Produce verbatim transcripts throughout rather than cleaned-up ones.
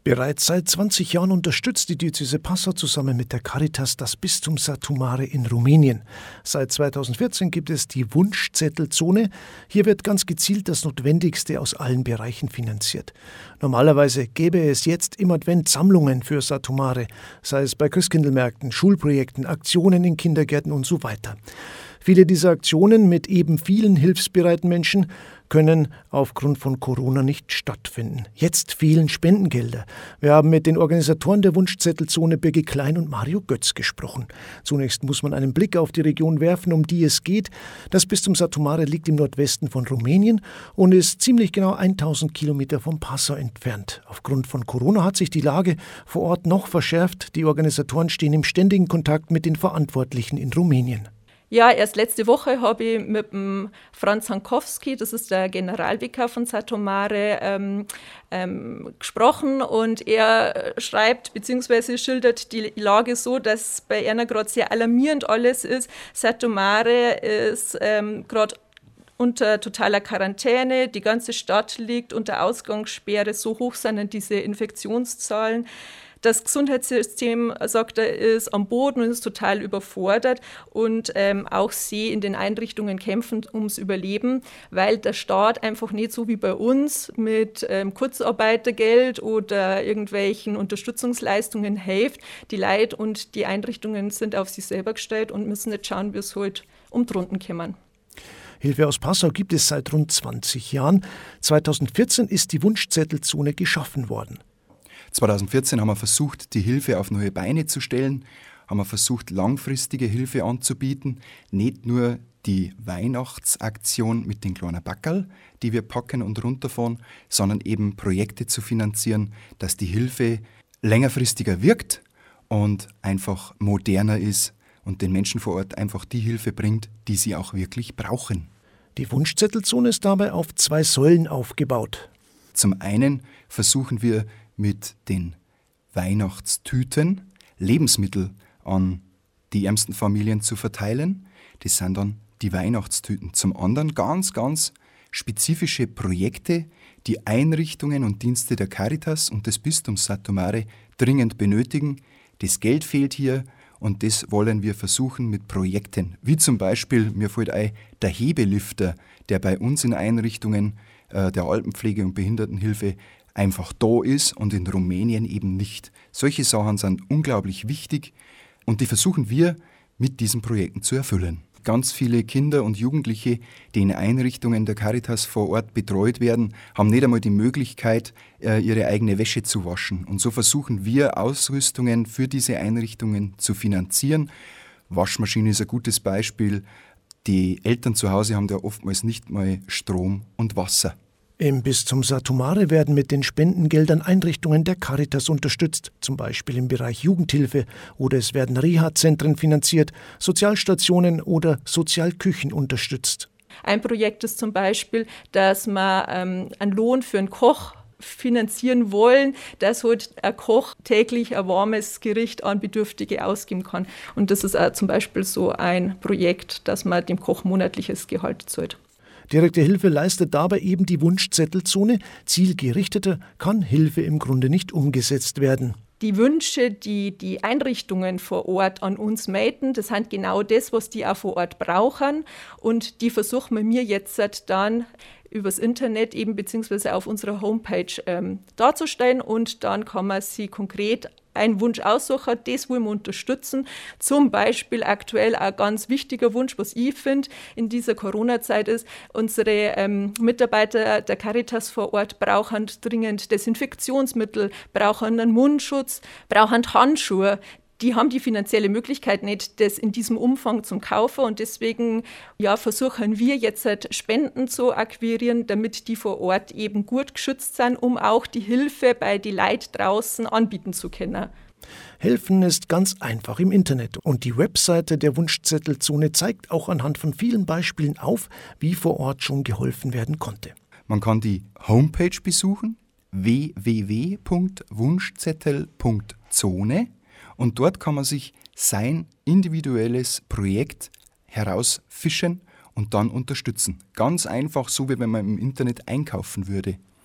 Bereits seit zwanzig Jahren unterstützt die Diözese Passau zusammen mit der Caritas das Bistum Satu Mare in Rumänien. Seit zweitausendvierzehn gibt es die Wunschzettelzone. Hier wird ganz gezielt das Notwendigste aus allen Bereichen finanziert. Normalerweise gäbe es jetzt im Advent Sammlungen für Satu Mare, sei es bei Christkindlmärkten, Schulprojekten, Aktionen in Kindergärten und so weiter. Viele dieser Aktionen mit eben vielen hilfsbereiten Menschen können aufgrund von Corona nicht stattfinden. Jetzt fehlen Spendengelder. Wir haben mit den Organisatoren der Wunschzettelzone Birgit Klein und Mario Götz gesprochen. Zunächst muss man einen Blick auf die Region werfen, um die es geht. Das Bistum Satu Mare liegt im Nordwesten von Rumänien und ist ziemlich genau tausend Kilometer von Passau entfernt. Aufgrund von Corona hat sich die Lage vor Ort noch verschärft. Die Organisatoren stehen im ständigen Kontakt mit den Verantwortlichen in Rumänien. Ja, erst letzte Woche habe ich mit dem Franz Hankowski, das ist der Generalvikar von Satu Mare, ähm, ähm, gesprochen, und er schreibt bzw. schildert die Lage so, dass bei einer gerade sehr alarmierend alles ist. Satu Mare ist ähm, gerade unter totaler Quarantäne, die ganze Stadt liegt unter Ausgangssperre, so hoch sind dann diese Infektionszahlen. Das Gesundheitssystem, sagt er, ist am Boden und ist total überfordert, und ähm, auch sie in den Einrichtungen kämpfen ums Überleben, weil der Staat einfach nicht so wie bei uns mit ähm, Kurzarbeitergeld oder irgendwelchen Unterstützungsleistungen hilft. Die Leute und die Einrichtungen sind auf sich selber gestellt und müssen jetzt schauen, wie es halt um die Runden kommen. Hilfe aus Passau gibt es seit rund zwanzig Jahren. zweitausendvierzehn ist die Wunschzettelzone geschaffen worden. zweitausendvierzehn haben wir versucht, die Hilfe auf neue Beine zu stellen, haben wir versucht, langfristige Hilfe anzubieten, nicht nur die Weihnachtsaktion mit den kleinen Backerl, die wir packen und runterfahren, sondern eben Projekte zu finanzieren, dass die Hilfe längerfristiger wirkt und einfach moderner ist und den Menschen vor Ort einfach die Hilfe bringt, die sie auch wirklich brauchen. Die Wunschzettelzone ist dabei auf zwei Säulen aufgebaut. Zum einen versuchen wir mit den Weihnachtstüten Lebensmittel an die ärmsten Familien zu verteilen. Das sind dann die Weihnachtstüten. Zum anderen ganz, ganz spezifische Projekte, die Einrichtungen und Dienste der Caritas und des Bistums Satu Mare dringend benötigen. Das Geld fehlt hier und das wollen wir versuchen mit Projekten. Wie zum Beispiel, mir fällt ein, der Hebelifter, der bei uns in Einrichtungen äh, der Altenpflege und Behindertenhilfe einfach da ist und in Rumänien eben nicht. Solche Sachen sind unglaublich wichtig und die versuchen wir mit diesen Projekten zu erfüllen. Ganz viele Kinder und Jugendliche, die in Einrichtungen der Caritas vor Ort betreut werden, haben nicht einmal die Möglichkeit, ihre eigene Wäsche zu waschen. Und so versuchen wir, Ausrüstungen für diese Einrichtungen zu finanzieren. Waschmaschine ist ein gutes Beispiel. Die Eltern zu Hause haben da oftmals nicht mal Strom und Wasser. Im Bistum Satu Mare werden mit den Spendengeldern Einrichtungen der Caritas unterstützt, zum Beispiel im Bereich Jugendhilfe, oder es werden Reha-Zentren finanziert, Sozialstationen oder Sozialküchen unterstützt. Ein Projekt ist zum Beispiel, dass man ähm, einen Lohn für einen Koch finanzieren wollen, dass halt ein Koch täglich ein warmes Gericht an Bedürftige ausgeben kann. Und das ist auch zum Beispiel so ein Projekt, dass man dem Koch monatliches Gehalt zahlt. Direkte Hilfe leistet dabei eben die Wunschzettelzone. Zielgerichteter kann Hilfe im Grunde nicht umgesetzt werden. Die Wünsche, die die Einrichtungen vor Ort an uns melden, das sind genau das, was die auch vor Ort brauchen. Und die versuchen wir mir jetzt dann übers Internet eben beziehungsweise auf unserer Homepage ähm, darzustellen, und dann kann man sie konkret einen Wunsch aussuchen, das wollen wir unterstützen. Zum Beispiel aktuell ein ganz wichtiger Wunsch, was ich finde, in dieser Corona-Zeit ist, unsere ähm, Mitarbeiter der Caritas vor Ort brauchen dringend Desinfektionsmittel, brauchen einen Mundschutz, brauchen Handschuhe. Die haben die finanzielle Möglichkeit nicht, das in diesem Umfang zu kaufen, und deswegen ja, versuchen wir jetzt halt Spenden zu akquirieren, damit die vor Ort eben gut geschützt sind, um auch die Hilfe bei den Leuten draußen anbieten zu können. Helfen ist ganz einfach im Internet, und die Webseite der Wunschzettelzone zeigt auch anhand von vielen Beispielen auf, wie vor Ort schon geholfen werden konnte. Man kann die Homepage besuchen, w w w punkt wunschzettel punkt zone. Und dort kann man sich sein individuelles Projekt herausfischen und dann unterstützen. Ganz einfach, so wie wenn man im Internet einkaufen würde.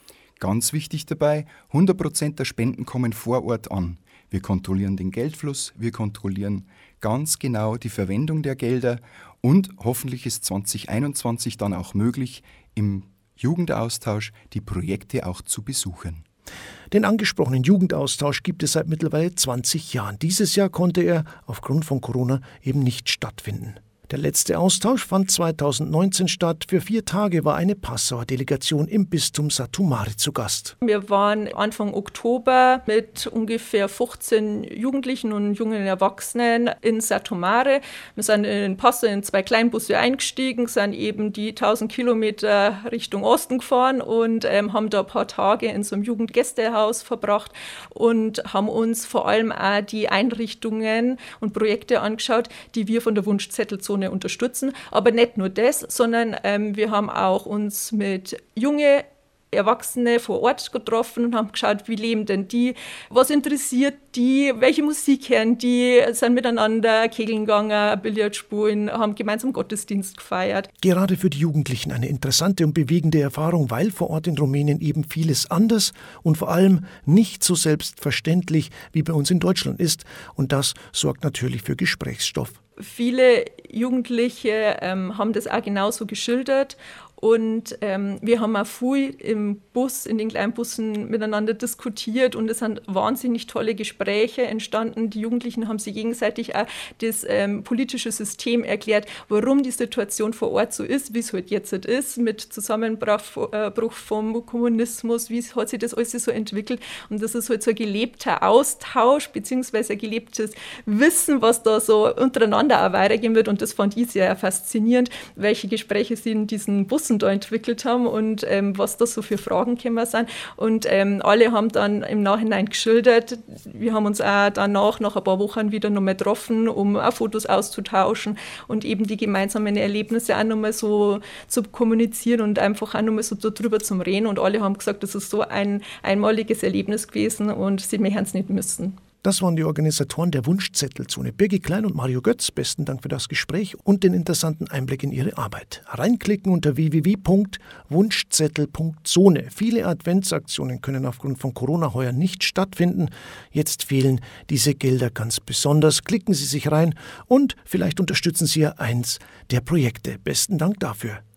Ganz wichtig dabei, hundert Prozent der Spenden kommen vor Ort an. Wir kontrollieren den Geldfluss, wir kontrollieren ganz genau die Verwendung der Gelder und hoffentlich ist zwanzig einundzwanzig dann auch möglich, im Jugendaustausch die Projekte auch zu besuchen. Den angesprochenen Jugendaustausch gibt es seit mittlerweile zwanzig Jahren. Dieses Jahr konnte er aufgrund von Corona eben nicht stattfinden. Der letzte Austausch fand zweitausendneunzehn statt. Für vier Tage war eine Passauer Delegation im Bistum Satu Mare zu Gast. Wir waren Anfang Oktober mit ungefähr fünfzehn Jugendlichen und jungen Erwachsenen in Satu Mare. Wir sind in Passau in zwei Kleinbusse eingestiegen, sind eben die tausend Kilometer Richtung Osten gefahren und ähm, haben da ein paar Tage in so einem Jugendgästehaus verbracht und haben uns vor allem auch die Einrichtungen und Projekte angeschaut, die wir von der Wunschzettelzone unterstützen. Aber nicht nur das, sondern ähm, wir haben auch uns mit jungen Erwachsene vor Ort getroffen und haben geschaut, wie leben denn die, was interessiert die, welche Musik hören die, sind miteinander kegeln gegangen, Billard spielen, haben gemeinsam Gottesdienst gefeiert. Gerade für die Jugendlichen eine interessante und bewegende Erfahrung, weil vor Ort in Rumänien eben vieles anders und vor allem nicht so selbstverständlich wie bei uns in Deutschland ist. Und das sorgt natürlich für Gesprächsstoff. Viele Jugendliche ähm, haben das auch genauso geschildert. Und ähm, wir haben auch viel im Bus, in den Kleinbussen miteinander diskutiert und es sind wahnsinnig tolle Gespräche entstanden. Die Jugendlichen haben sich gegenseitig auch das ähm, politische System erklärt, warum die Situation vor Ort so ist, wie es halt jetzt ist, mit Zusammenbruch äh, vom Kommunismus, wie hat sich das alles so entwickelt. Und das ist halt so ein gelebter Austausch, beziehungsweise ein gelebtes Wissen, was da so untereinander auch weitergehen wird. Und das fand ich sehr faszinierend, welche Gespräche sie in diesen Bussen da entwickelt haben und ähm, was da so für Fragen gekommen sind. Und ähm, alle haben dann im Nachhinein geschildert. Wir haben uns auch danach, nach ein paar Wochen wieder nochmal getroffen, um auch Fotos auszutauschen und eben die gemeinsamen Erlebnisse auch nochmal so zu kommunizieren und einfach auch nochmal so darüber zu reden. Und alle haben gesagt, das ist so ein einmaliges Erlebnis gewesen und sie möchten es nicht missen. Das waren die Organisatoren der Wunschzettelzone, Birgit Klein und Mario Götz. Besten Dank für das Gespräch und den interessanten Einblick in ihre Arbeit. Reinklicken unter w w w punkt wunschzettel punkt zone. Viele Adventsaktionen können aufgrund von Corona heuer nicht stattfinden. Jetzt fehlen diese Gelder ganz besonders. Klicken Sie sich rein und vielleicht unterstützen Sie ja eins der Projekte. Besten Dank dafür.